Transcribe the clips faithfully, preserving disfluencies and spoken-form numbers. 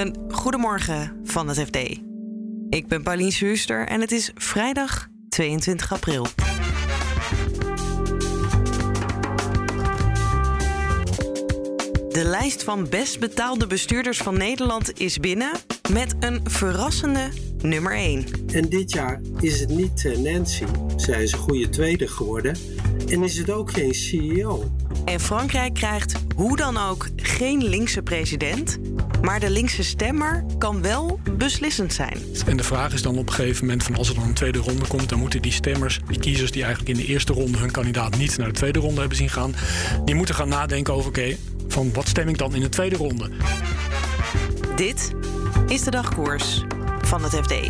Een goedemorgen van het F D. Ik ben Paulien Schuster en het is vrijdag tweeëntwintig april. De lijst van best betaalde bestuurders van Nederland is binnen met een verrassende nummer één. En dit jaar is het niet Nancy, zij is een goede tweede geworden. En is het ook geen C E O. En Frankrijk krijgt hoe dan ook geen linkse president, maar de linkse stemmer kan wel beslissend zijn. En de vraag is dan op een gegeven moment van als er dan een tweede ronde komt, dan moeten die stemmers, die kiezers die eigenlijk in de eerste ronde hun kandidaat niet naar de tweede ronde hebben zien gaan, die moeten gaan nadenken over oké, okay, van wat stem ik dan in de tweede ronde? Dit is de dagkoers van het F D.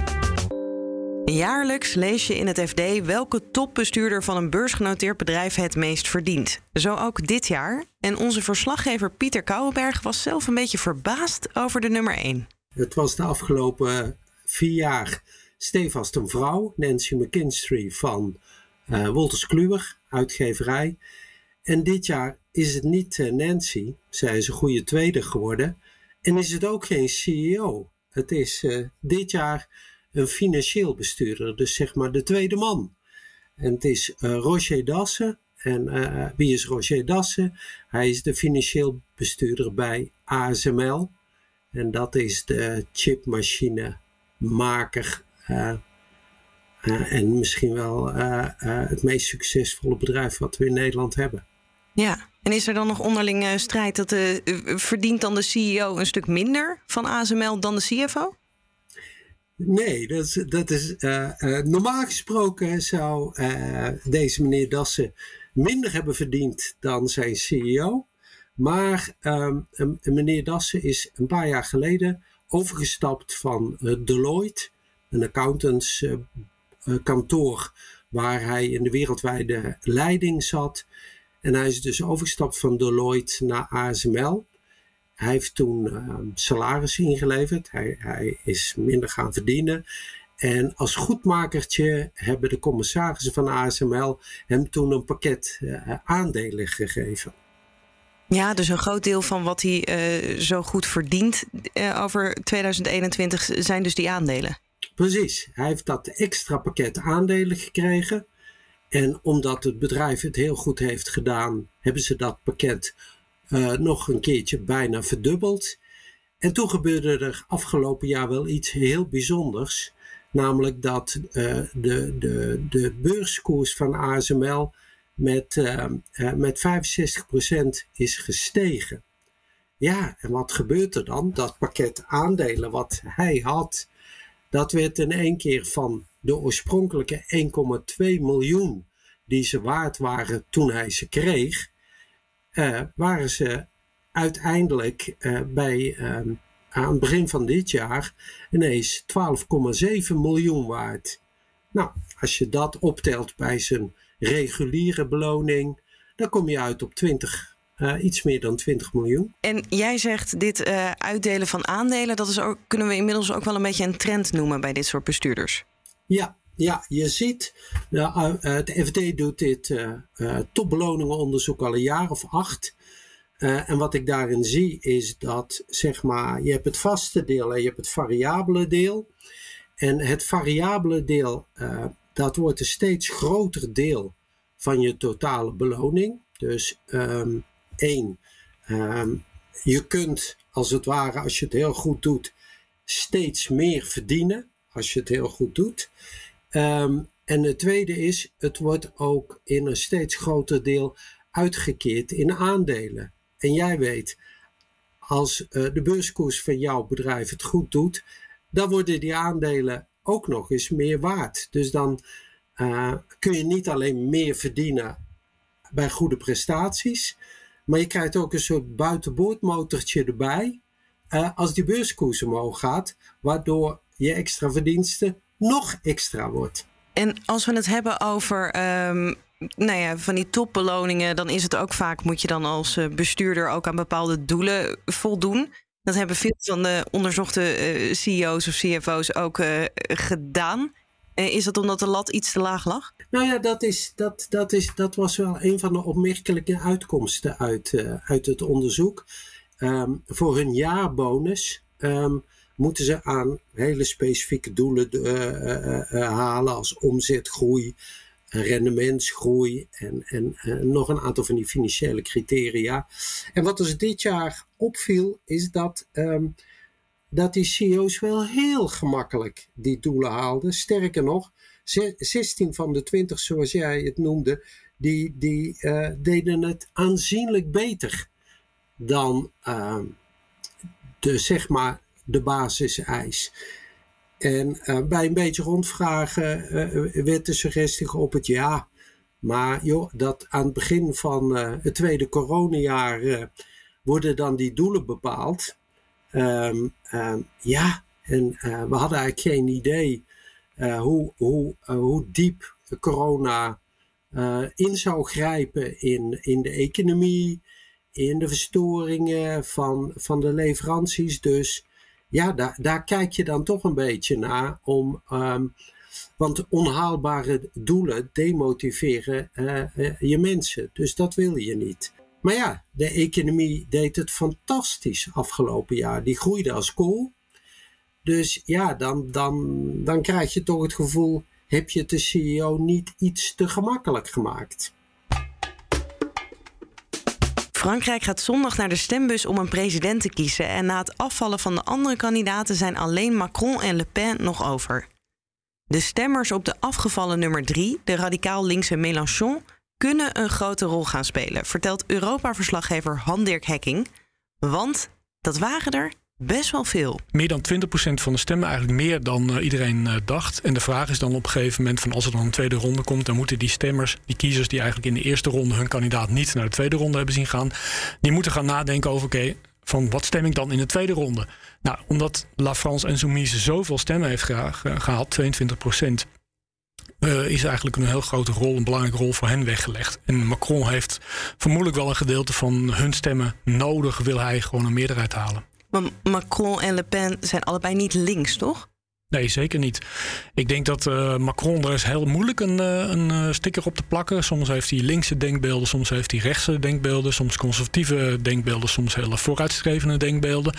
Jaarlijks lees je in het F D welke topbestuurder van een beursgenoteerd bedrijf het meest verdient. Zo ook dit jaar. En onze verslaggever Pieter Kouwenberg was zelf een beetje verbaasd over de nummer één. Het was de afgelopen vier jaar stevast een vrouw, Nancy McKinstry van uh, Wolters Kluwer, uitgeverij. En dit jaar is het niet uh, Nancy, zij is een goede tweede geworden. En is het ook geen C E O. Het is uh, dit jaar een financieel bestuurder, dus zeg maar de tweede man. En het is uh, Roger Dassen. En uh, wie is Roger Dassen? Hij is de financieel bestuurder bij A S M L. En dat is de chipmachinemaker. Uh, uh, en misschien wel uh, uh, het meest succesvolle bedrijf wat we in Nederland hebben. Ja, en is er dan nog onderling uh, strijd? Dat, uh, verdient dan de C E O een stuk minder van A S M L dan de C F O? Nee, dat is, dat is uh, uh, normaal gesproken zou uh, deze meneer Dassen minder hebben verdiend dan zijn C E O. Maar um, um, meneer Dassen is een paar jaar geleden overgestapt van uh, Deloitte, een accountantskantoor uh, waar hij in de wereldwijde leiding zat. En hij is dus overgestapt van Deloitte naar A S M L. Hij heeft toen uh, salaris ingeleverd. Hij, hij is minder gaan verdienen. En als goedmakertje hebben de commissarissen van A S M L hem toen een pakket uh, aandelen gegeven. Ja, dus een groot deel van wat hij uh, zo goed verdient uh, over tweeduizend eenentwintig zijn dus die aandelen. Precies. Hij heeft dat extra pakket aandelen gekregen. En omdat het bedrijf het heel goed heeft gedaan, hebben ze dat pakket Uh, nog een keertje bijna verdubbeld. En toen gebeurde er afgelopen jaar wel iets heel bijzonders. Namelijk dat uh, de, de, de beurskoers van A S M L met, uh, uh, met vijfenzestig procent is gestegen. Ja, en wat gebeurt er dan? Dat pakket aandelen wat hij had, dat werd in één keer van de oorspronkelijke één komma twee miljoen die ze waard waren toen hij ze kreeg, Uh, waren ze uiteindelijk uh, bij, uh, aan het begin van dit jaar ineens twaalf komma zeven miljoen waard. Nou, als je dat optelt bij zijn reguliere beloning, dan kom je uit op twintig, uh, iets meer dan twintig miljoen. En jij zegt dit uh, uitdelen van aandelen, dat is ook, kunnen we inmiddels ook wel een beetje een trend noemen bij dit soort bestuurders. Ja. Ja, je ziet, uh, het F D doet dit uh, uh, topbeloningenonderzoek al een jaar of acht. Uh, en wat ik daarin zie is dat, zeg maar, je hebt het vaste deel en je hebt het variabele deel. En het variabele deel, uh, dat wordt een steeds groter deel van je totale beloning. Dus um, één, um, je kunt als het ware, als je het heel goed doet, steeds meer verdienen als je het heel goed doet. Um, en het tweede is, het wordt ook in een steeds groter deel uitgekeerd in aandelen. En jij weet, als uh, de beurskoers van jouw bedrijf het goed doet, dan worden die aandelen ook nog eens meer waard. Dus dan uh, kun je niet alleen meer verdienen bij goede prestaties, maar je krijgt ook een soort buitenboordmotortje erbij uh, als die beurskoers omhoog gaat, waardoor je extra verdiensten nog extra wordt. En als we het hebben over um, nou ja, van die topbeloningen, dan is het ook vaak, moet je dan als bestuurder ook aan bepaalde doelen voldoen. Dat hebben veel van de onderzochte uh, C E O's of C F O's ook uh, gedaan. Uh, is dat omdat de lat iets te laag lag? Nou ja, dat, is, dat, dat, is, dat was wel een van de opmerkelijke uitkomsten uit, uh, uit het onderzoek. Um, voor hun jaarbonus um, moeten ze aan hele specifieke doelen uh, uh, uh, halen als omzetgroei, rendementsgroei en, en uh, nog een aantal van die financiële criteria. En wat ons dit jaar opviel is dat, um, dat die C E O's wel heel gemakkelijk die doelen haalden. Sterker nog, zestien van de twintig zoals jij het noemde, die, die uh, deden het aanzienlijk beter dan uh, de, zeg maar, de basiseis. En uh, bij een beetje rondvragen uh, werd de suggestie op het ja. Maar joh, dat aan het begin van uh, het tweede coronajaar uh, worden dan die doelen bepaald. Um, um, ja, en uh, we hadden eigenlijk geen idee uh, hoe, hoe, uh, hoe diep corona uh, in zou grijpen in, in de economie, in de verstoringen van, van de leveranties. Dus ja, daar, daar kijk je dan toch een beetje naar. Om, um, want onhaalbare doelen demotiveren uh, uh, je mensen. Dus dat wil je niet. Maar ja, de economie deed het fantastisch afgelopen jaar. Die groeide als kool. Dus ja, dan, dan, dan krijg je toch het gevoel, heb je het de C E O niet iets te gemakkelijk gemaakt? Frankrijk gaat zondag naar de stembus om een president te kiezen. En na het afvallen van de andere kandidaten zijn alleen Macron en Le Pen nog over. De stemmers op de afgevallen nummer drie, de radicaal linkse Mélenchon, kunnen een grote rol gaan spelen, vertelt Europa-verslaggever Han-Dirk Hekking. Want dat waren er best wel veel. Meer dan twintig procent van de stemmen, eigenlijk meer dan uh, iedereen uh, dacht. En de vraag is dan op een gegeven moment, van als er dan een tweede ronde komt, dan moeten die stemmers, die kiezers die eigenlijk in de eerste ronde hun kandidaat niet naar de tweede ronde hebben zien gaan, die moeten gaan nadenken over, oké, okay, van wat stem ik dan in de tweede ronde? Nou, omdat La France Insoumise zoveel stemmen heeft geha- gehad, tweeëntwintig procent, Uh, is eigenlijk een heel grote rol, een belangrijke rol voor hen weggelegd. En Macron heeft vermoedelijk wel een gedeelte van hun stemmen nodig, wil hij gewoon een meerderheid halen. Maar Macron en Le Pen zijn allebei niet links, toch? Nee, zeker niet. Ik denk dat uh, Macron, er is heel moeilijk een, uh, een uh, sticker op te plakken. Soms heeft hij linkse denkbeelden, soms heeft hij rechtse denkbeelden, soms conservatieve denkbeelden, soms hele vooruitstrevende denkbeelden.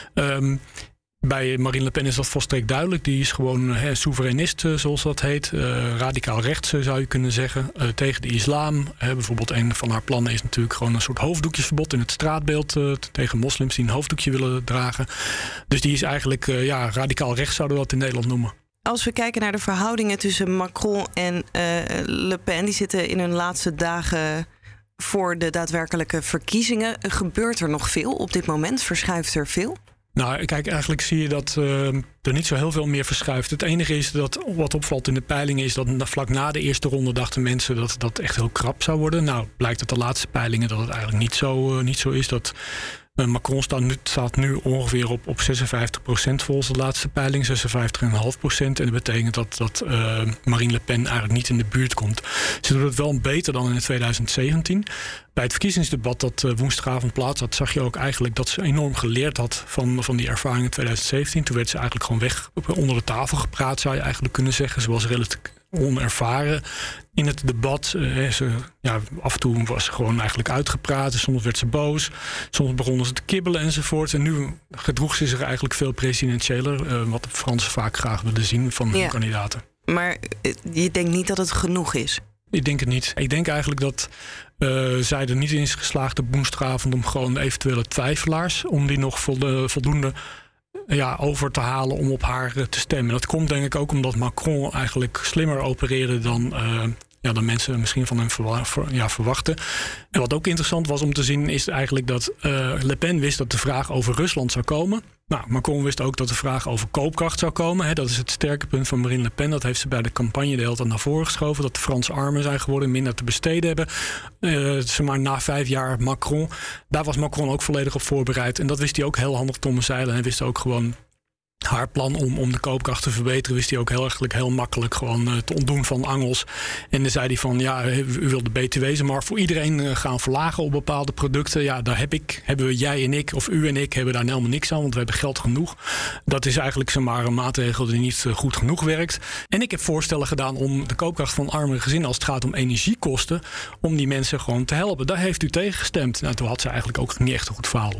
Um, Bij Marine Le Pen is dat volstrekt duidelijk. Die is gewoon hè, soevereinist, zoals dat heet. Uh, radicaal rechts, zou je kunnen zeggen. Uh, tegen de islam. Uh, bijvoorbeeld een van haar plannen is natuurlijk gewoon een soort hoofddoekjesverbod in het straatbeeld. Uh, tegen moslims die een hoofddoekje willen dragen. Dus die is eigenlijk uh, ja, radicaal rechts, zouden we dat in Nederland noemen. Als we kijken naar de verhoudingen tussen Macron en uh, Le Pen, die zitten in hun laatste dagen voor de daadwerkelijke verkiezingen. Gebeurt er nog veel op dit moment? Verschuift er veel? Nou, kijk, eigenlijk zie je dat uh, er niet zo heel veel meer verschuift. Het enige is dat wat opvalt in de peilingen is dat vlak na de eerste ronde dachten mensen dat dat echt heel krap zou worden. Nou, blijkt uit de laatste peilingen dat het eigenlijk niet zo, uh, niet zo is. Dat uh, Macron staat nu, staat nu ongeveer op, op zesenvijftig procent volgens de laatste peiling, zesenvijftig komma vijf procent. En dat betekent dat, dat uh, Marine Le Pen eigenlijk niet in de buurt komt. Ze doet het wel beter dan in tweeduizend zeventien. Bij het verkiezingsdebat dat uh, woensdagavond plaats had, zag je ook eigenlijk dat ze enorm geleerd had van, van die ervaring in tweeduizend zeventien. Toen werd ze eigenlijk gewoon weg onder de tafel gepraat, zou je eigenlijk kunnen zeggen. Ze was relatief onervaren in het debat. Uh, ze, ja, af en toe was ze gewoon eigenlijk uitgepraat. Soms werd ze boos. Soms begonnen ze te kibbelen enzovoort. En nu gedroeg ze zich eigenlijk veel presidentiëler. Uh, wat de Fransen vaak graag willen zien van hun ja. kandidaten. Maar je denkt niet dat het genoeg is? Ik denk het niet. Ik denk eigenlijk dat uh, zij er niet in is geslaagd op woensdagavond om gewoon eventuele twijfelaars, om die nog voldoende ja, over te halen om op haar te stemmen. Dat komt denk ik ook omdat Macron eigenlijk slimmer opereerde dan, uh, ja, dan mensen misschien van hem verwa- ver, ja, verwachten. En wat ook interessant was om te zien is eigenlijk dat uh, Le Pen wist dat de vraag over Rusland zou komen. Nou, Macron wist ook dat de vraag over koopkracht zou komen. Hè. Dat is het sterke punt van Marine Le Pen. Dat heeft ze bij de campagne de hele tijd naar voren geschoven. Dat de Fransen armer zijn geworden, minder te besteden hebben. Uh, zeg maar na vijf jaar Macron. Daar was Macron ook volledig op voorbereid. En dat wist hij ook heel handig te omzeilen. Hij wist ook gewoon haar plan om, om de koopkracht te verbeteren, wist hij ook heel, eigenlijk heel makkelijk gewoon uh, te ontdoen van angels. En dan zei hij van, ja, u wil de B T W maar voor iedereen uh, gaan verlagen op bepaalde producten. Ja, daar heb ik, hebben we, jij en ik, of u en ik, hebben daar helemaal niks aan, want we hebben geld genoeg. Dat is eigenlijk zomaar een maatregel die niet uh, goed genoeg werkt. En ik heb voorstellen gedaan om de koopkracht van armere gezinnen, als het gaat om energiekosten, om die mensen gewoon te helpen. Daar heeft u tegen gestemd. Nou, toen had ze eigenlijk ook niet echt een goed verhaal op.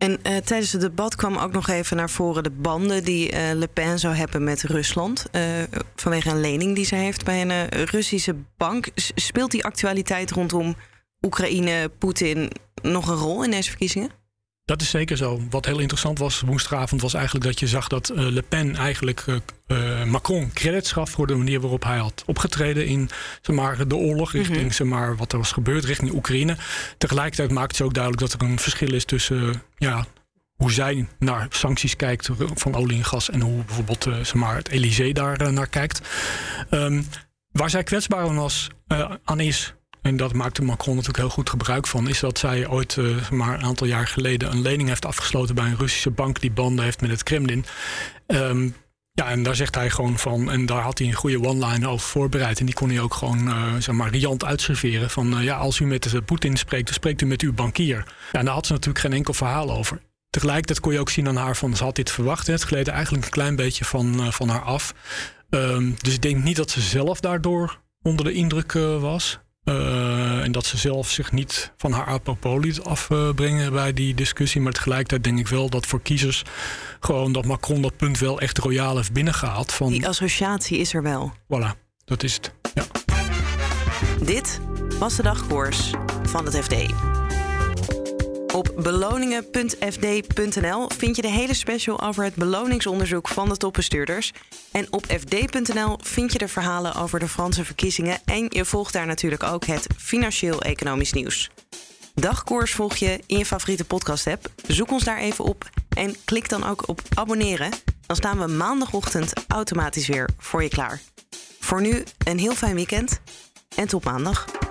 En uh, tijdens het debat kwam ook nog even naar voren de banden die uh, Le Pen zou hebben met Rusland. Uh, vanwege een lening die ze heeft bij een uh, Russische bank. Speelt die actualiteit rondom Oekraïne, Poetin nog een rol in deze verkiezingen? Dat is zeker zo. Wat heel interessant was woensdagavond was eigenlijk dat je zag dat uh, Le Pen eigenlijk uh, uh, Macron credits gaf voor de manier waarop hij had opgetreden in zeg maar, de oorlog, richting mm-hmm. zeg maar, wat er was gebeurd, richting Oekraïne. Tegelijkertijd maakt ze ook duidelijk dat er een verschil is tussen uh, ja, hoe zij naar sancties kijkt van olie en gas en hoe bijvoorbeeld uh, zeg maar, het Elysée daar uh, naar kijkt. Um, waar zij kwetsbaar aan, was, uh, aan is, en dat maakte Macron natuurlijk heel goed gebruik van, is dat zij ooit uh, maar een aantal jaar geleden een lening heeft afgesloten bij een Russische bank die banden heeft met het Kremlin. Um, ja, en daar zegt hij gewoon van, en daar had hij een goede one-liner over voorbereid. En die kon hij ook gewoon, uh, zeg maar, riant uitserveren. Van, uh, ja, als u met uh, Poetin spreekt, dan spreekt u met uw bankier. Ja, en daar had ze natuurlijk geen enkel verhaal over. Tegelijkertijd kon je ook zien aan haar van, ze had dit verwacht. Het gleed eigenlijk een klein beetje van, uh, van haar af. Um, dus ik denk niet dat ze zelf daardoor onder de indruk uh, was. Uh, en dat ze zelf zich niet van haar apropos liet afbrengen uh, bij die discussie. Maar tegelijkertijd denk ik wel dat voor kiezers gewoon dat Macron dat punt wel echt royaal heeft binnengehaald. Van, die associatie is er wel. Voilà, dat is het. Ja. Dit was de dagkoers van het F D. Op beloningen punt f d punt n l vind je de hele special over het beloningsonderzoek van de topbestuurders. En op f d punt n l vind je de verhalen over de Franse verkiezingen. En je volgt daar natuurlijk ook het financieel-economisch nieuws. Dagkoers volg je in je favoriete podcast-app. Zoek ons daar even op en klik dan ook op abonneren. Dan staan we maandagochtend automatisch weer voor je klaar. Voor nu een heel fijn weekend en tot maandag.